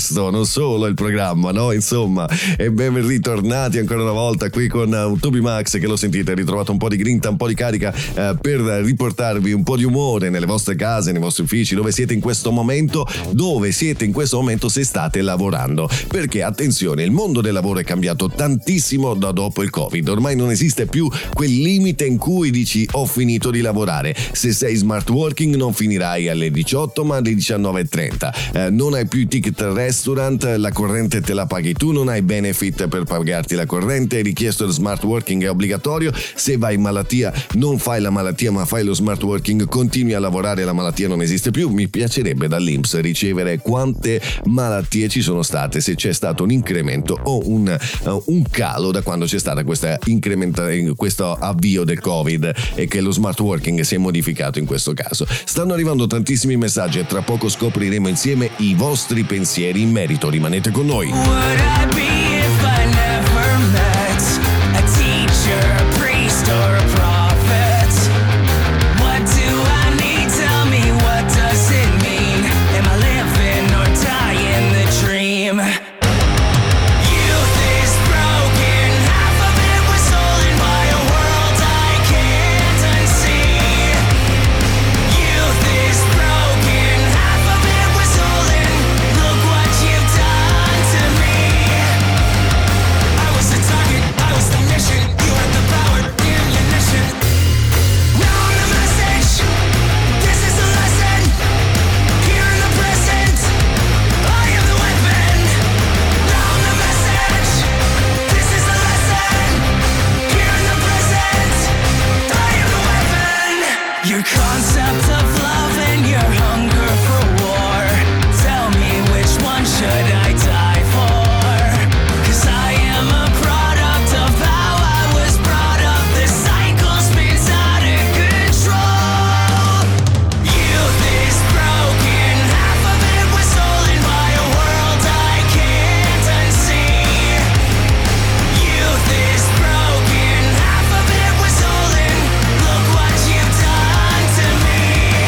solo il programma, no? Insomma, e ben ritornati ancora una volta qui con Toby Max, che lo sentite, ritrovato un po' di grinta, un po' di carica per riportarvi un po' di umore nelle vostre case, nei vostri uffici, dove siete in questo momento se state lavorando. Perché attenzione, il mondo del lavoro è cambiato tantissimo da dopo il Covid. Ormai non esiste più quel limite in cui dici ho finito di lavorare. Se sei smart working non finirai alle 18 ma alle 19:30. Non hai più ticket restaurant, la corrente te la paghi tu, non hai benefit per pagarti la corrente, è richiesto il smart working, è obbligatorio. Se vai in malattia non fai la malattia ma fai lo smart working, continui a lavorare, la malattia non esiste più. Mi piacerebbe dall'INPS ricevere quante malattie ci sono state, se c'è stato un incremento o un calo da quando c'è stata questo avvio del Covid e che lo smart working si è modificato in questo caso. Stanno arrivando tantissimi messaggi e tra poco scopriremo insieme i vostri pensieri in merito. Rimanete con noi. Would I be if I never met a teacher, a priest, or a prophet? What do I need? Tell me, what does it mean? Am I living or dying the dream? Youth is broken, half of it was stolen by a world I can't unsee. Youth is broken, half of it was stolen. Look what you've done to me. I was the target, I was the mission. You had the power, the ammunition. Now I'm the message. This is the lesson. Here in the present, I am the weapon. Now I'm the message. This is the lesson. Here in the present, I am the weapon. Your concept of love and your hunger for war. Tell me, which one should I die for? 'Cause I am a product of how I was brought up. The cycle spins out of control. Youth is broken, half of it was stolen by a world I can't unsee. Youth is broken, half of it was stolen. Look what you've done to me.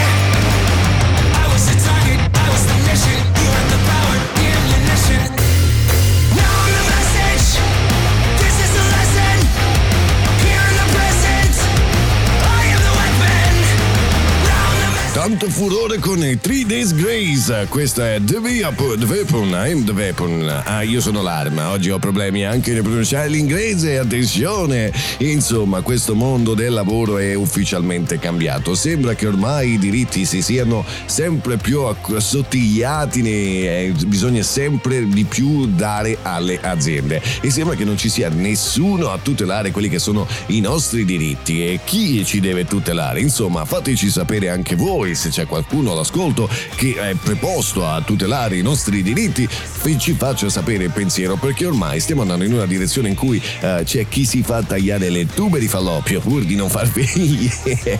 I was the target, I was the mission. You had the power, the ammunition. Now I'm the message. This is the lesson. Here in the present, I am the weapon. Now I'm the message. Tanto furore con i 3 Days Grace. Questo è The Weapon. I'm the Weapon. Io sono l'arma. Oggi ho problemi anche nel pronunciare l'inglese. Attenzione. Insomma, questo mondo del lavoro è ufficialmente cambiato. Sembra che ormai i diritti si siano sempre più assottigliati. Bisogna sempre di più dare alle aziende. E sembra che non ci sia nessuno a tutelare quelli che sono i nostri diritti. E chi ci deve tutelare? Insomma, fateci sapere anche voi se c'è qualcuno all'ascolto che è preposto a tutelare i nostri diritti, ci faccia sapere il pensiero, perché ormai stiamo andando in una direzione in cui c'è chi si fa tagliare le tube di falloppio pur di non far figli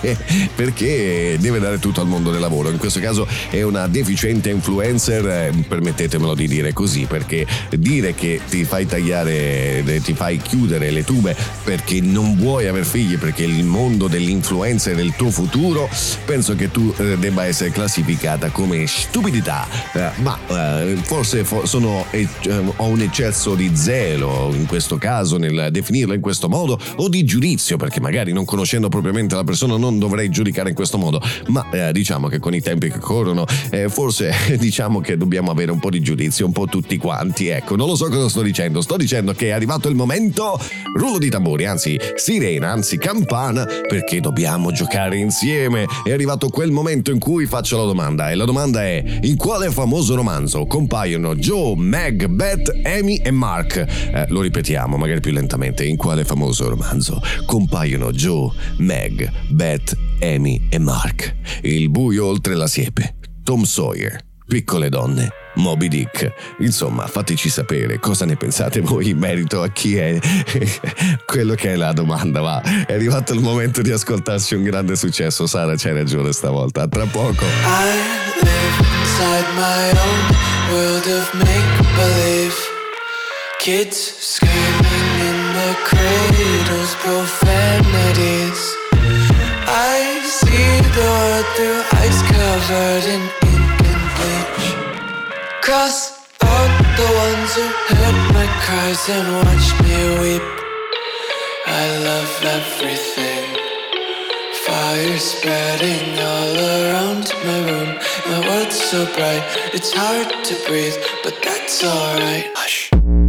perché deve dare tutto al mondo del lavoro. In questo caso è una deficiente influencer, permettetemelo di dire così, perché dire che ti fai chiudere le tube perché non vuoi aver figli, perché il mondo dell'influencer è il tuo futuro, penso che tu debba essere classificata come stupidità, ma forse ho un eccesso di zelo in questo caso nel definirla in questo modo, o di giudizio, perché magari non conoscendo propriamente la persona non dovrei giudicare in questo modo, ma diciamo che con i tempi che corrono forse diciamo che dobbiamo avere un po' di giudizio, un po' tutti quanti. Ecco, non lo so cosa sto dicendo che è arrivato il momento, rullo di tamburi, anzi sirena, anzi campana, perché dobbiamo giocare insieme. È arrivato quel momento in cui faccio la domanda, e la domanda è: in quale famoso romanzo compaiono Joe, Meg, Beth, Amy e Mark? Lo ripetiamo magari più lentamente. In quale famoso romanzo compaiono Joe, Meg, Beth, Amy e Mark? Il buio oltre la siepe, Tom Sawyer, Piccole donne, Moby Dick. Insomma, fateci sapere cosa ne pensate voi in merito a chi è quello che è la domanda. Va, è arrivato il momento di ascoltarsi un grande successo. Sara, c'hai ragione stavolta. A tra poco. I live inside my own world of make-believe. Kids screaming in the cradles, profanities. I see the world through ice covered in ink and bleach. Cross out the friends who heard my cries and watched me weep. I love everything. Fire spreading all around my room. My world's so bright, it's hard to breathe, but that's alright. Hush.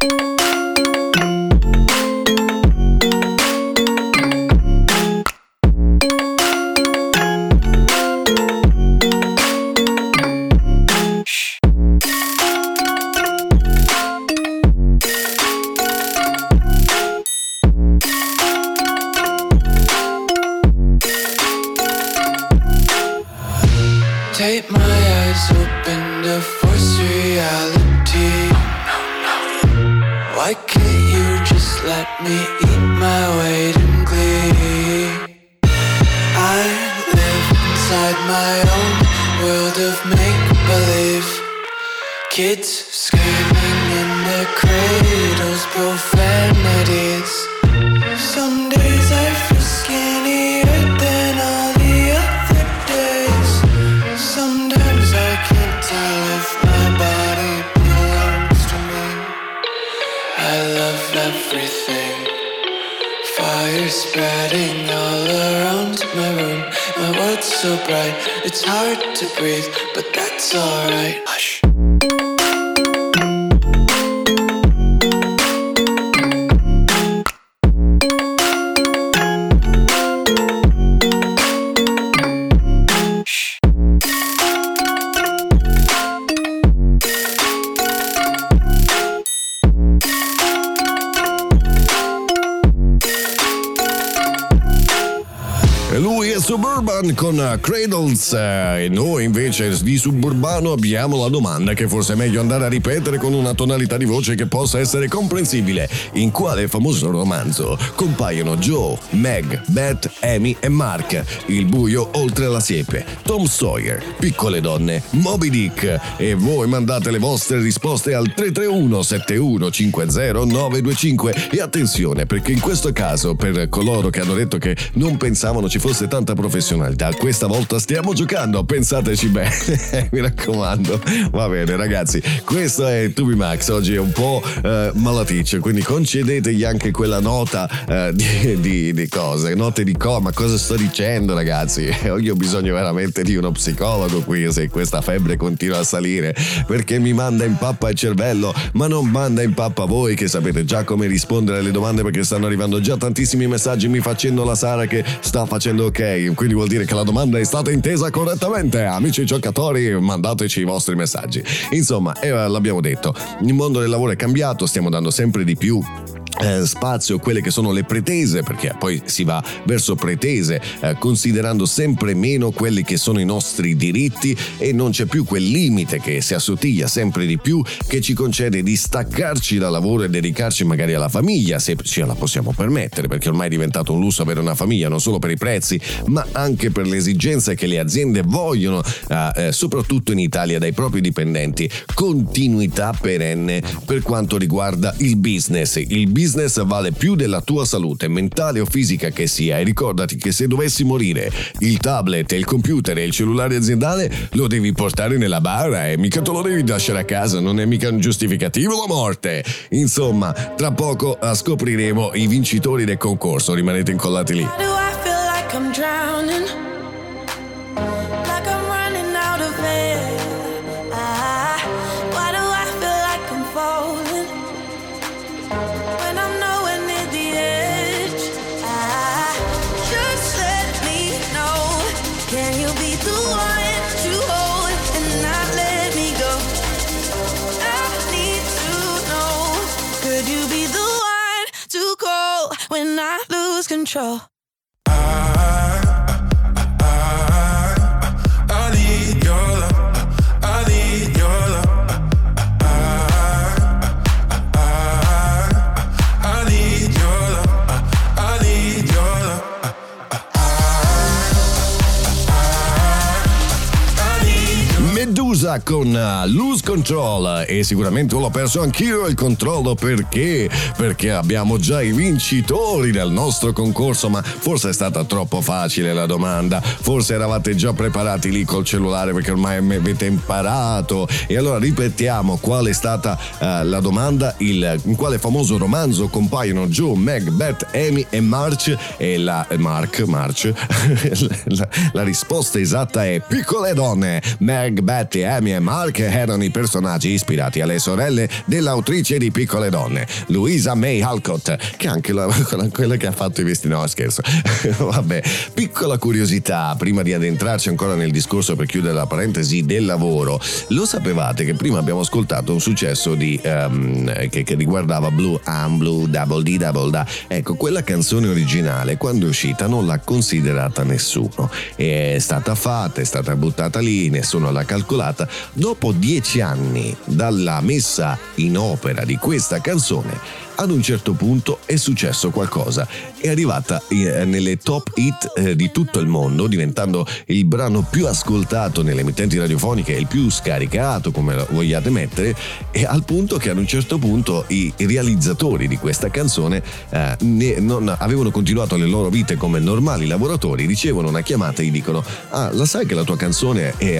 Take my eyes open to force reality. Why can't you just let me eat my weight in glee? I live inside my own world of make-believe. Kids screaming in their cradles, profanities. Some days I feel skinnier than all the other days. Sometimes I can't tell if my body belongs to me. I love everything. Fire spreading all around my room. My world's so bright, it's hard to breathe, but that's alright. Hush. Lui è Suburban con Cradles e noi invece di Suburbano abbiamo la domanda che forse è meglio andare a ripetere con una tonalità di voce che possa essere comprensibile. In quale famoso romanzo compaiono Joe, Meg, Beth, Amy e Mark? Il buio oltre la siepe, Tom Sawyer, Piccole donne, Moby Dick. E voi mandate le vostre risposte al 331 7150 925 e attenzione perché in questo caso per coloro che hanno detto che non pensavano ci fosse tanta professionalità, questa volta stiamo giocando, pensateci bene. Mi raccomando. Va bene ragazzi, questo è Tubi Max, oggi è un po' malaticcio, quindi concedetegli anche quella nota di cose, note di ma cosa sto dicendo ragazzi? Io ho bisogno veramente di uno psicologo qui se questa febbre continua a salire, perché mi manda in pappa il cervello, ma non manda in pappa voi che sapete già come rispondere alle domande, perché stanno arrivando già tantissimi messaggi mi facendo la Sara che sta facendo ok, quindi vuol dire che la domanda è stata intesa correttamente. Amici giocatori, mandateci i vostri messaggi. Insomma, l'abbiamo detto, il mondo del lavoro è cambiato, stiamo dando sempre di più spazio a quelle che sono le pretese, perché poi si va verso pretese considerando sempre meno quelli che sono i nostri diritti e non c'è più quel limite che si assottiglia sempre di più, che ci concede di staccarci dal lavoro e dedicarci magari alla famiglia, se ce la possiamo permettere, perché ormai è diventato un lusso avere una famiglia, non solo per i prezzi ma anche per le esigenze che le aziende vogliono, soprattutto in Italia, dai propri dipendenti. Continuità perenne per quanto riguarda il business. Il business vale più della tua salute mentale o fisica che sia, e ricordati che se dovessi morire il tablet, il computer e il cellulare aziendale lo devi portare nella bara e mica te lo devi lasciare a casa, non è mica un giustificativo la morte. Insomma, tra poco scopriremo i vincitori del concorso, rimanete incollati lì. I'm drowning, like I'm running out of air. Why do I feel like I'm falling when I'm nowhere near the edge? Just let me know, can you be the one to hold and not let me go? I need to know, could you be the one to call when I lose control? Louisa con Lose Control, e sicuramente l'ho perso anch'io il controllo perché abbiamo già i vincitori del nostro concorso, ma forse è stata troppo facile la domanda, forse eravate già preparati lì col cellulare perché ormai avete imparato. E allora ripetiamo qual è stata la domanda, in quale famoso romanzo compaiono Joe, Meg, Beth, Amy e March, e la risposta esatta è Piccole donne. Meg, Betty, Amy e Mark erano i personaggi ispirati alle sorelle dell'autrice di Piccole donne, Louisa May Alcott, che è anche quella che ha fatto i vestiti. No, scherzo. Vabbè, piccola curiosità prima di addentrarci ancora nel discorso, per chiudere la parentesi del lavoro. Lo sapevate che prima abbiamo ascoltato un successo che riguardava Blue, I'm Blue, Double D, Double Da. Ecco, quella canzone originale quando è uscita non l'ha considerata nessuno, è stata fatta, è stata buttata lì, nessuno l'ha calcolata. Dopo 10 anni dalla messa in opera di questa canzone, ad un certo punto è successo qualcosa, è arrivata nelle top hit di tutto il mondo, diventando il brano più ascoltato nelle emittenti radiofoniche, il più scaricato, come lo vogliate mettere, e al punto che ad un certo punto i realizzatori di questa canzone non avevano continuato le loro vite come normali lavoratori, ricevono una chiamata e gli dicono: ah, la sai che la tua canzone è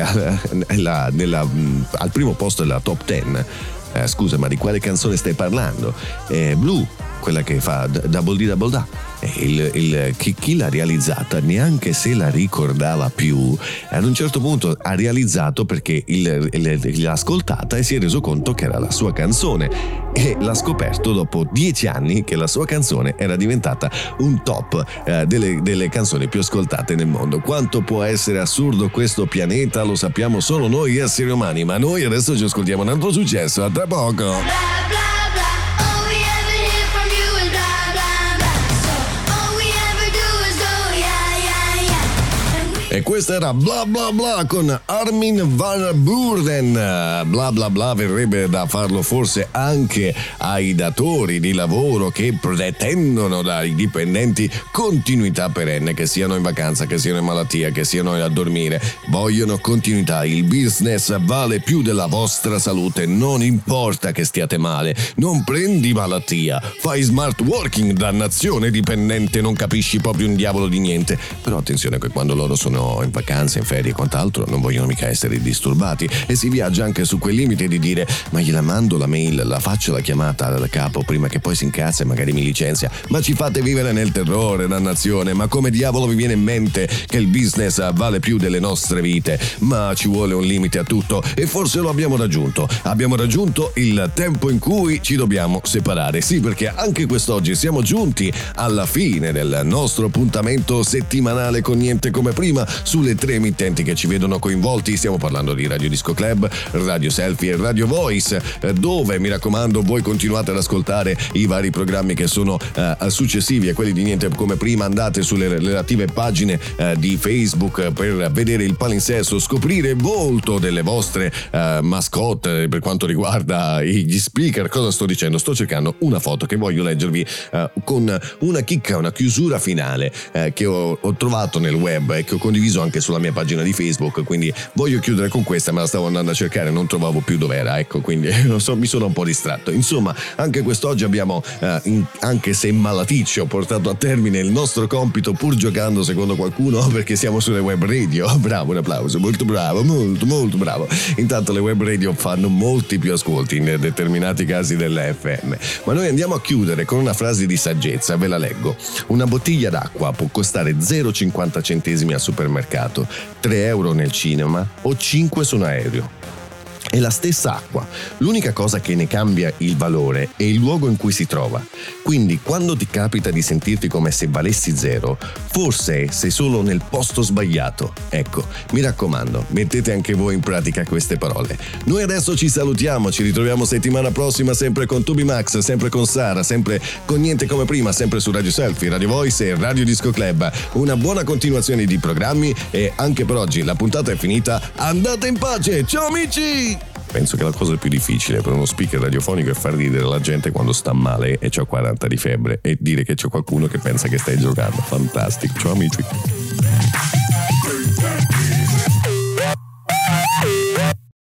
al primo posto della top 10? Scusa, ma di quale canzone stai parlando? Blue, quella che fa Double D Double Da. Chi l'ha realizzata neanche se la ricordava più. Ad un certo punto ha realizzato perché l'ha ascoltata e si è reso conto che era la sua canzone, e l'ha scoperto dopo 10 anni che la sua canzone era diventata un top delle canzoni più ascoltate nel mondo. Quanto può essere assurdo questo pianeta lo sappiamo solo noi esseri umani, ma noi adesso ci ascoltiamo un altro successo. A tra poco. E questa era Bla Bla Bla con Armin van Buuren. Bla Bla Bla verrebbe da farlo forse anche ai datori di lavoro che pretendono dai dipendenti continuità perenne, che siano in vacanza, che siano in malattia, che siano a dormire, vogliono continuità. Il business vale più della vostra salute, non importa che stiate male, non prendi malattia, fai smart working, dannazione dipendente, non capisci proprio un diavolo di niente. Però attenzione che quando loro sono in vacanza, in ferie e quant'altro non vogliono mica essere disturbati, e si viaggia anche su quel limite di dire: ma gliela mando la mail, la faccio la chiamata al capo prima che poi si incazza e magari mi licenzia. Ma ci fate vivere nel terrore, dannazione, ma come diavolo vi viene in mente che il business vale più delle nostre vite? Ma ci vuole un limite a tutto, e forse lo abbiamo raggiunto il tempo in cui ci dobbiamo separare. Sì, perché anche quest'oggi siamo giunti alla fine del nostro appuntamento settimanale con Niente Come Prima sulle 3 emittenti che ci vedono coinvolti. Stiamo parlando di Radio Disco Club, Radio Selfie e Radio Voice, dove, mi raccomando, voi continuate ad ascoltare i vari programmi che sono successivi a quelli di Niente Come Prima. Andate sulle relative pagine di Facebook per vedere il palinsesto, scoprire il volto delle vostre mascotte per quanto riguarda gli speaker. Cosa sto dicendo? Sto cercando una foto che voglio leggervi con una chicca, una chiusura finale che ho trovato nel web e che ho condiviso anche sulla mia pagina di Facebook, quindi voglio chiudere con questa, me la stavo andando a cercare, non trovavo più dov'era, ecco, quindi mi sono un po' distratto. Insomma, anche quest'oggi abbiamo, anche se malaticcio, portato a termine il nostro compito, pur giocando secondo qualcuno, perché siamo sulle web radio. Bravo, un applauso, molto bravo, molto molto bravo. Intanto le web radio fanno molti più ascolti in determinati casi dell'FM, ma noi andiamo a chiudere con una frase di saggezza, ve la leggo. Una bottiglia d'acqua può costare 0,50 centesimi al supermercato, 3 euro nel cinema o 5 su un aereo. È la stessa acqua, l'unica cosa che ne cambia il valore è il luogo in cui si trova. Quindi quando ti capita di sentirti come se valessi zero, forse sei solo nel posto sbagliato. Ecco, mi raccomando, mettete anche voi in pratica queste parole. Noi adesso ci salutiamo, ci ritroviamo settimana prossima sempre con Toby Max, sempre con Sara, sempre con Niente Come Prima, sempre su Radio Selfie, Radio Voice e Radio Disco Club. Una buona continuazione di programmi, e anche per oggi la puntata è finita. Andate in pace, ciao amici! Penso che la cosa più difficile per uno speaker radiofonico è far ridere la gente quando sta male e c'ho 40 di febbre, e dire che c'è qualcuno che pensa che stai giocando. Fantastico, ciao amici.